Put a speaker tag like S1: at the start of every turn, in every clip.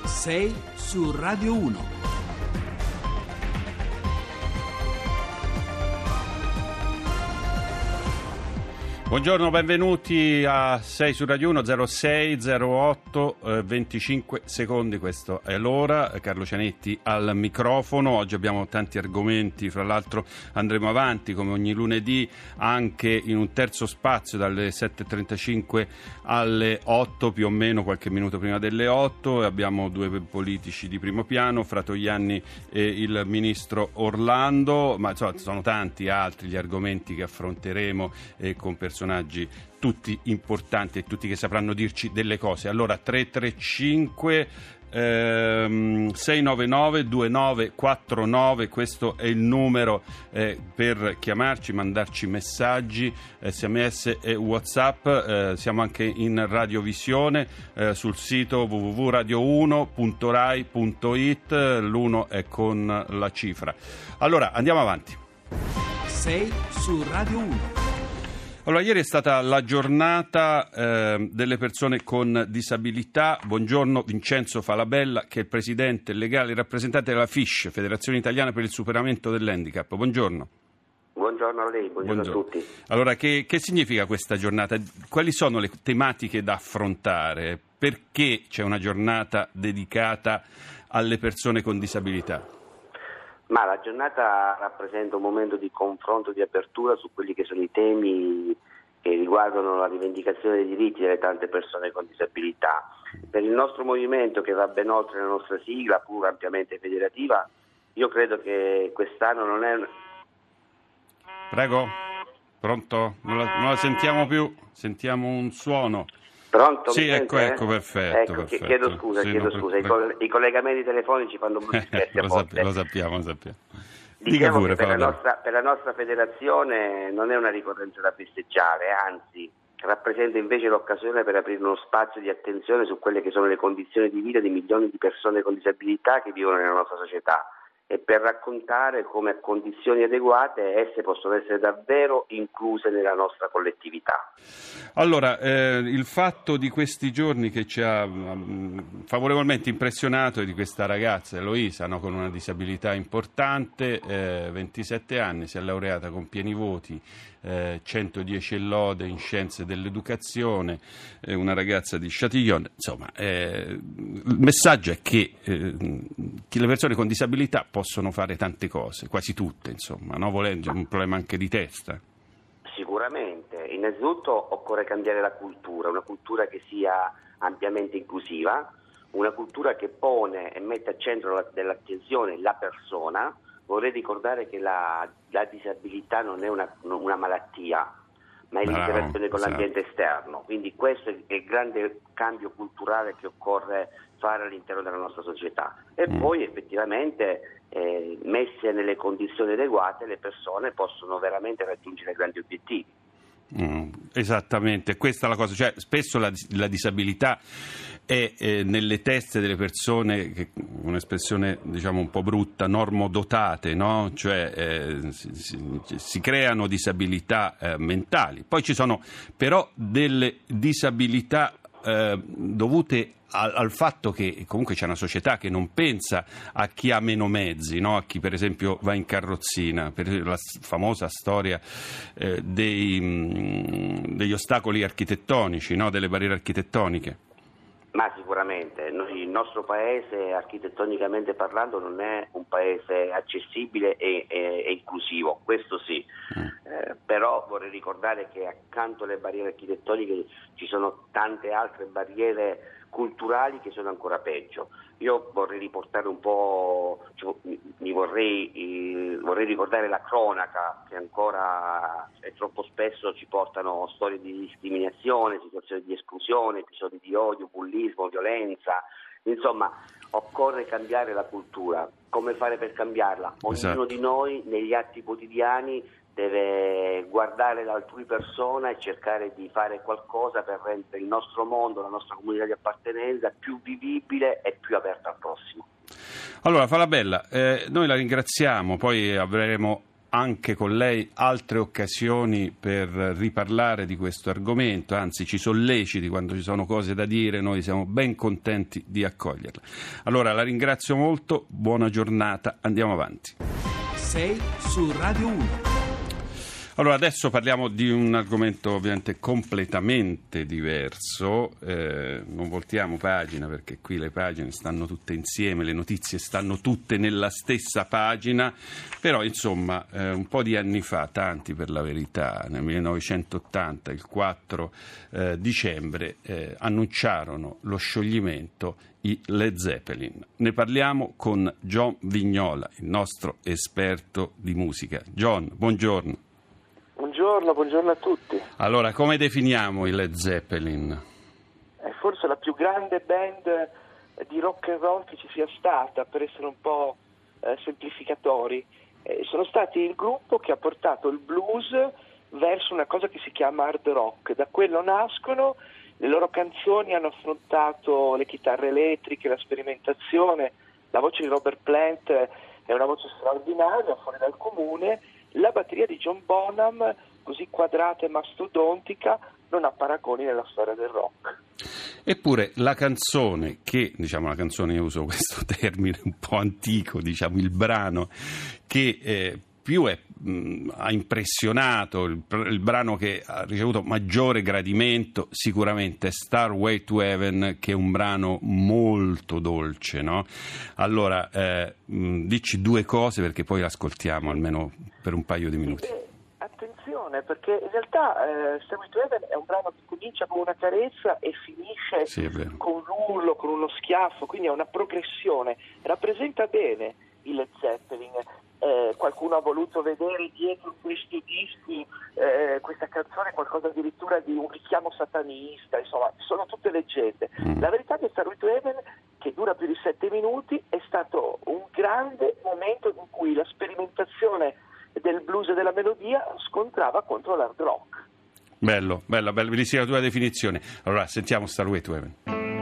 S1: 6 su Radio 1.
S2: Buongiorno, benvenuti a 6 su Radio 1, 06 08 25 secondi, questo è l'ora. Carlo Cianetti al microfono. Oggi abbiamo tanti argomenti, fra l'altro andremo avanti come ogni lunedì anche in un terzo spazio dalle 7.35 alle 8, più o meno qualche minuto prima delle 8. Abbiamo due politici di primo piano, Fratoianni e il ministro Orlando, ma insomma sono tanti altri gli argomenti che affronteremo con personaggi tutti importanti e tutti che sapranno dirci delle cose. Allora 335 699 2949, questo è il numero per chiamarci, mandarci messaggi, sms e whatsapp. Siamo anche in radiovisione sul sito www.radio1.rai.it, l'1 è con la cifra. Allora andiamo avanti.
S1: 6 su Radio 1.
S2: Allora, ieri è stata la giornata delle persone con disabilità. Buongiorno Vincenzo Falabella, che è il presidente legale e rappresentante della FISH, Federazione Italiana per il Superamento dell'Handicap. Buongiorno.
S3: Buongiorno a lei, buongiorno a tutti.
S2: Allora, che significa questa giornata? Quali sono le tematiche da affrontare? Perché c'è una giornata dedicata alle persone con disabilità?
S3: Ma la giornata rappresenta un momento di confronto, di apertura su quelli che sono i temi che riguardano la rivendicazione dei diritti delle tante persone con disabilità. Per il nostro movimento, che va ben oltre la nostra sigla, pur ampiamente federativa, io credo che quest'anno non è...
S2: Prego? Pronto? Non la sentiamo più, sentiamo un suono.
S3: Pronto?
S2: Sì, ecco, perfetto.
S3: Ecco,
S2: perfetto.
S3: Chiedo scusa. I collegamenti telefonici fanno molti diversi a volte.
S2: Lo sappiamo.
S3: Dica pure,
S2: per
S3: la nostra federazione non è una ricorrenza da festeggiare, anzi rappresenta invece l'occasione per aprire uno spazio di attenzione su quelle che sono le condizioni di vita di milioni di persone con disabilità che vivono nella nostra società e per raccontare come a condizioni adeguate esse possono essere davvero incluse nella nostra collettività.
S2: Allora, il fatto di questi giorni che ci ha favorevolmente impressionato è di questa ragazza, Eloisa, no, con una disabilità importante, 27 anni, si è laureata con pieni voti, 110 lode in scienze dell'educazione, una ragazza di Châtillon. Insomma, il messaggio è che le persone con disabilità possono fare tante cose, quasi tutte, insomma, no? Volendo, è un problema anche di testa. Sicuramente.
S3: Innanzitutto occorre cambiare la cultura, una cultura che sia ampiamente inclusiva, una cultura che pone e mette al centro dell'attenzione la persona. Vorrei ricordare che la disabilità non è una malattia, ma è l'interazione con l'ambiente esterno. Quindi questo è il grande cambio culturale che occorre fare all'interno della nostra società. E poi effettivamente messe nelle condizioni adeguate le persone possono veramente raggiungere grandi obiettivi.
S2: Esattamente, questa è la cosa, cioè spesso la disabilità è nelle teste delle persone, che un'espressione diciamo un po' brutta, normodotate, no? Cioè si creano disabilità mentali, poi ci sono però delle disabilità dovute al fatto che comunque c'è una società che non pensa a chi ha meno mezzi, no? A chi per esempio va in carrozzina, per la famosa storia degli ostacoli architettonici, no? Delle barriere architettoniche.
S3: Ma sicuramente, il nostro paese architettonicamente parlando non è un paese accessibile e inclusivo, questo sì, però vorrei ricordare che accanto alle barriere architettoniche ci sono tante altre barriere culturali che sono ancora peggio. Io vorrei riportare un po', vorrei ricordare la cronaca, che ancora e troppo spesso ci portano storie di discriminazione, situazioni di esclusione, episodi di odio, bullismo, violenza. Insomma, occorre cambiare la cultura. Come fare per cambiarla? Ognuno di noi negli atti quotidiani deve guardare l'altrui persona e cercare di fare qualcosa per rendere il nostro mondo, la nostra comunità di appartenenza più vivibile e più aperta al prossimo.
S2: Allora, Falabella, noi la ringraziamo, poi avremo anche con lei altre occasioni per riparlare di questo argomento, anzi ci solleciti quando ci sono cose da dire, noi siamo ben contenti di accoglierla. Allora la ringrazio molto, buona giornata, andiamo avanti.
S1: 6 su Radio 1.
S2: Allora adesso parliamo di un argomento ovviamente completamente diverso, non voltiamo pagina perché qui le pagine stanno tutte insieme, le notizie stanno tutte nella stessa pagina, però insomma un po' di anni fa, tanti per la verità, nel 1980, il 4 dicembre, annunciarono lo scioglimento i Led Zeppelin. Ne parliamo con John Vignola, il nostro esperto di musica. John, buongiorno.
S4: Buongiorno a tutti.
S2: Allora, come definiamo i Led Zeppelin?
S4: È forse la più grande band di rock and roll che ci sia stata, per essere un po' semplificatori. Sono stati il gruppo che ha portato il blues verso una cosa che si chiama hard rock. Da quello nascono, le loro canzoni hanno affrontato le chitarre elettriche, la sperimentazione, la voce di Robert Plant è una voce straordinaria, fuori dal comune. La batteria di John Bonham, così quadrata e mastodontica, non ha paragoni nella storia del rock.
S2: Eppure la canzone che, la canzone, io uso questo termine un po' antico, il brano che più ha impressionato, il brano che ha ricevuto maggiore gradimento sicuramente è Stairway to Heaven, che è un brano molto dolce, no? Allora dici due cose perché poi l'ascoltiamo almeno per un paio di minuti.
S4: Attenzione, perché in realtà Stairway to Heaven è un brano che comincia con una carezza e finisce con un urlo, con uno schiaffo, quindi è una progressione, rappresenta bene i Led Zeppelin. Qualcuno ha voluto vedere dietro questo disco, questa canzone, qualcosa addirittura di un richiamo satanista, insomma, sono tutte leggende. La verità è che Stairway to Heaven, che dura più di 7 minuti, è stato un grande momento in cui la sperimentazione del blues e della melodia scontrava contro l'hard rock.
S2: Bello, bellissima la tua definizione. Allora, sentiamo Stairway to Heaven.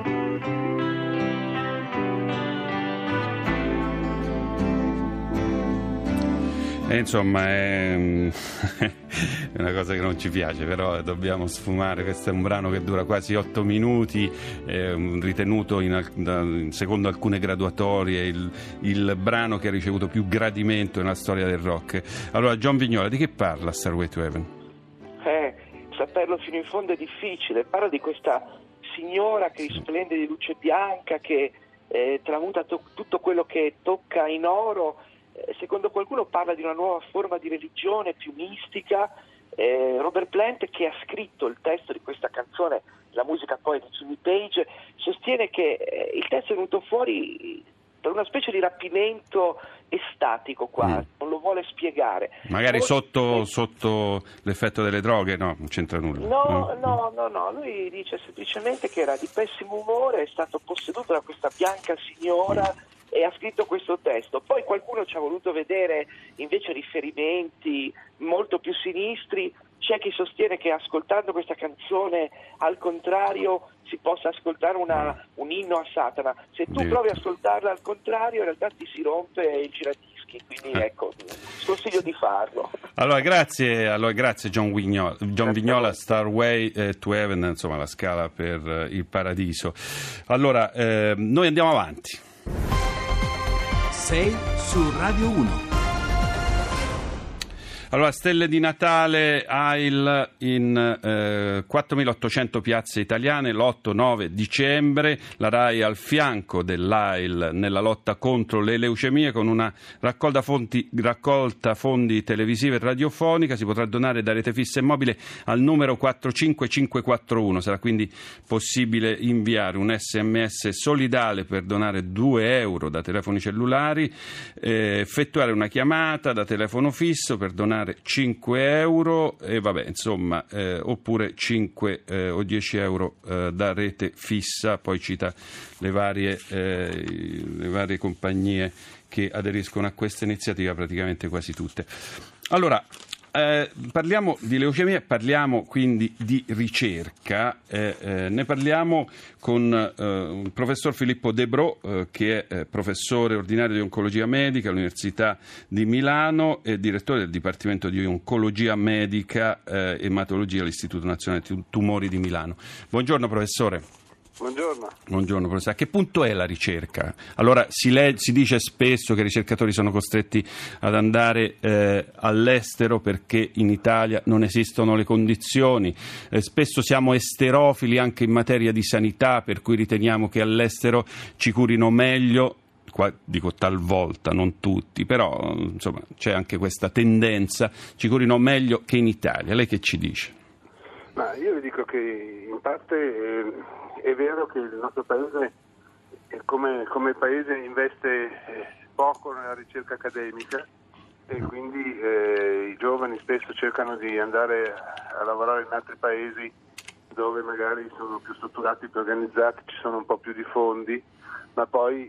S2: Insomma è una cosa che non ci piace, però dobbiamo sfumare. Questo è un brano che dura quasi 8 minuti, ritenuto secondo alcune graduatorie il brano che ha ricevuto più gradimento nella storia del rock. Allora, John Vignola, di che parla Stairway to Heaven?
S4: Saperlo fino in fondo è difficile. Parla di questa signora che risplende di luce bianca, che tramuta tutto quello che tocca in oro. Secondo qualcuno parla di una nuova forma di religione più mistica. Robert Plant, che ha scritto il testo di questa canzone, la musica poi di Jimmy Page, sostiene che il testo è venuto fuori per una specie di rapimento estatico quasi, non lo vuole spiegare.
S2: Magari sotto l'effetto delle droghe? No, non c'entra nulla.
S4: No, lui dice semplicemente che era di pessimo umore, è stato posseduto da questa bianca signora e ha scritto questo testo. Poi qualcuno ci ha voluto vedere invece riferimenti molto più sinistri. C'è chi sostiene che ascoltando questa canzone al contrario si possa ascoltare un inno a Satana. Se tu provi a ascoltarla al contrario, in realtà ti si rompe il giradischi, quindi ecco, sconsiglio di farlo.
S2: Allora grazie John Vignola, Stairway to Heaven, insomma la scala per il paradiso. Allora noi andiamo avanti.
S1: 6 su Radio 1.
S2: Allora, stelle di Natale AIL in 4.800 piazze italiane, l'8-9 dicembre, la RAI al fianco dell'AIL nella lotta contro le leucemie con una raccolta fondi televisiva e radiofonica. Si potrà donare da rete fissa e mobile al numero 45541, sarà quindi possibile inviare un SMS solidale per donare 2 euro da telefoni cellulari, effettuare una chiamata da telefono fisso per donare 5 euro e oppure 5 o 10 euro da rete fissa. Poi cita le varie compagnie che aderiscono a questa iniziativa, praticamente quasi tutte. Allora, parliamo di leucemia, parliamo quindi di ricerca, ne parliamo con il professor Filippo Debrò, che è professore ordinario di oncologia medica all'Università di Milano e direttore del Dipartimento di Oncologia Medica e Ematologia all'Istituto Nazionale Tumori di Milano. Buongiorno professore.
S5: Buongiorno
S2: professore. A che punto è la ricerca? Allora si dice spesso che i ricercatori sono costretti ad andare all'estero perché in Italia non esistono le condizioni, spesso siamo esterofili anche in materia di sanità, per cui riteniamo che all'estero ci curino meglio. Qua dico talvolta, non tutti, però insomma c'è anche questa tendenza, ci curino meglio che in Italia. Lei che ci dice?
S5: Ma io vi dico che in parte è vero che il nostro paese come paese investe poco nella ricerca accademica e quindi i giovani spesso cercano di andare a lavorare in altri paesi dove magari sono più strutturati, più organizzati, ci sono un po' più di fondi, ma poi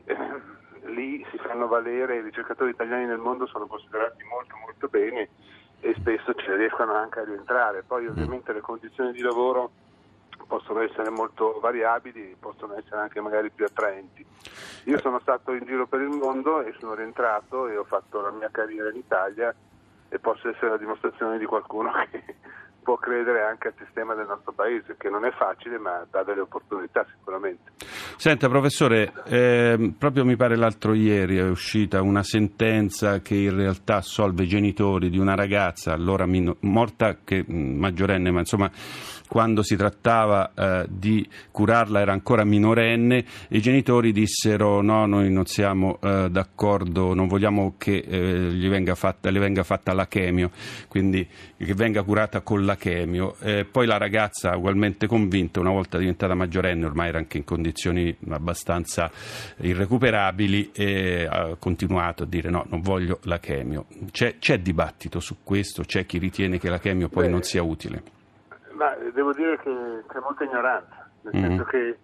S5: lì si fanno valere, i ricercatori italiani nel mondo sono considerati molto molto bene e spesso ci riescono anche a rientrare. Poi ovviamente le condizioni di lavoro possono essere molto variabili, possono essere anche magari più attraenti. Io sono stato in giro per il mondo e sono rientrato e ho fatto la mia carriera in Italia e posso essere la dimostrazione di qualcuno che può credere anche al sistema del nostro paese, che non è facile ma dà delle opportunità sicuramente.
S2: Senta professore, proprio mi pare l'altro ieri è uscita una sentenza che in realtà assolve i genitori di una ragazza allora morta, che maggiorenne, ma insomma quando si trattava di curarla era ancora minorenne, e i genitori dissero no, noi non siamo d'accordo, non vogliamo che le venga fatta la chemio, quindi che venga curata con la chemio. Poi la ragazza, ugualmente convinta, una volta diventata maggiorenne, ormai era anche in condizioni abbastanza irrecuperabili, e ha continuato a dire no, non voglio la chemio. C'è dibattito su questo? C'è chi ritiene che la chemio poi non sia utile?
S5: Ma devo dire che c'è molta ignoranza, nel senso che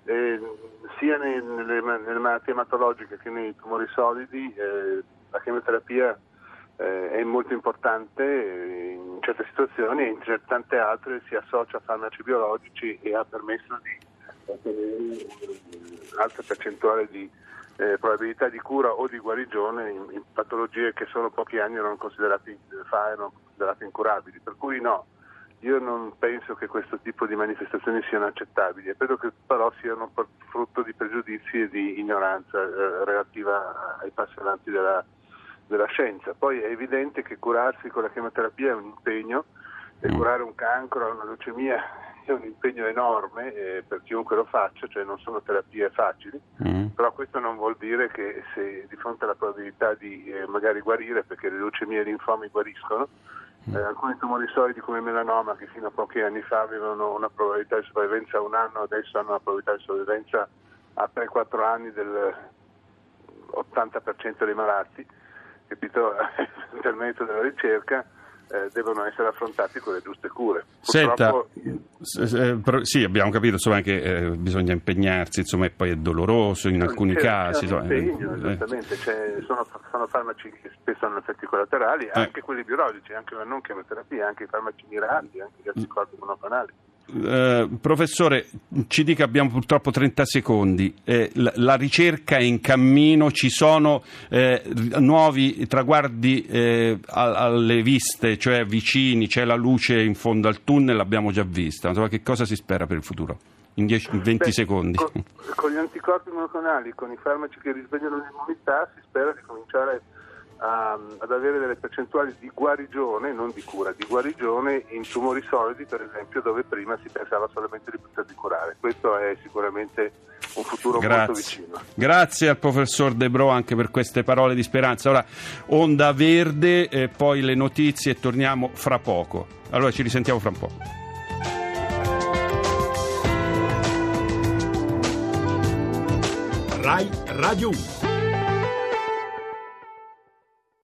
S5: sia nelle malattie ematologiche che nei tumori solidi la chemioterapia è molto importante in certe situazioni, e in tante altre si associa a farmaci biologici e ha permesso di ottenere un'alta percentuale di probabilità di cura o di guarigione in patologie che solo pochi anni erano considerate incurabili, per cui no. Io non penso che questo tipo di manifestazioni siano accettabili e credo che però siano frutto di pregiudizi e di ignoranza relativa ai passi avanti della scienza. Poi è evidente che curarsi con la chemioterapia è un impegno, e curare un cancro, una leucemia è un impegno enorme per chiunque lo faccia, cioè non sono terapie facili, però questo non vuol dire che se di fronte alla probabilità di magari guarire, perché le leucemie e i linfomi guariscono, alcuni tumori solidi come il melanoma, che fino a pochi anni fa avevano una probabilità di sopravvivenza a un anno, adesso hanno una probabilità di sopravvivenza a 3-4 anni del 80% dei malati, capito? Per mezzo della ricerca devono essere affrontati con le giuste cure.
S2: Purtroppo... Senta, sì, abbiamo capito insomma che bisogna impegnarsi, insomma, e poi è doloroso in alcuni casi.
S5: C'è un impegno, esattamente, sono farmaci che spesso hanno effetti collaterali, anche quelli biologici, anche la non chemioterapia, anche i farmaci mirati, anche gli anticorpi monoclonali.
S2: Professore, ci dica, abbiamo purtroppo 30 secondi. La ricerca è in cammino, ci sono nuovi traguardi alle viste, cioè vicini, c'è la luce in fondo al tunnel, l'abbiamo già vista. Insomma, che cosa si spera per il futuro? In 20 secondi.
S5: Con gli anticorpi monoclonali, con i farmaci che risvegliano l'immunità, si spera di cominciare ad avere delle percentuali di guarigione, non di cura, di guarigione in tumori solidi, per esempio, dove prima si pensava solamente di poterli curare. Questo è sicuramente un futuro molto vicino. Grazie
S2: al professor Debrò anche per queste parole di speranza. Ora Onda Verde, poi le notizie e torniamo fra poco. Allora ci risentiamo fra un po'.
S1: Rai Radio 1.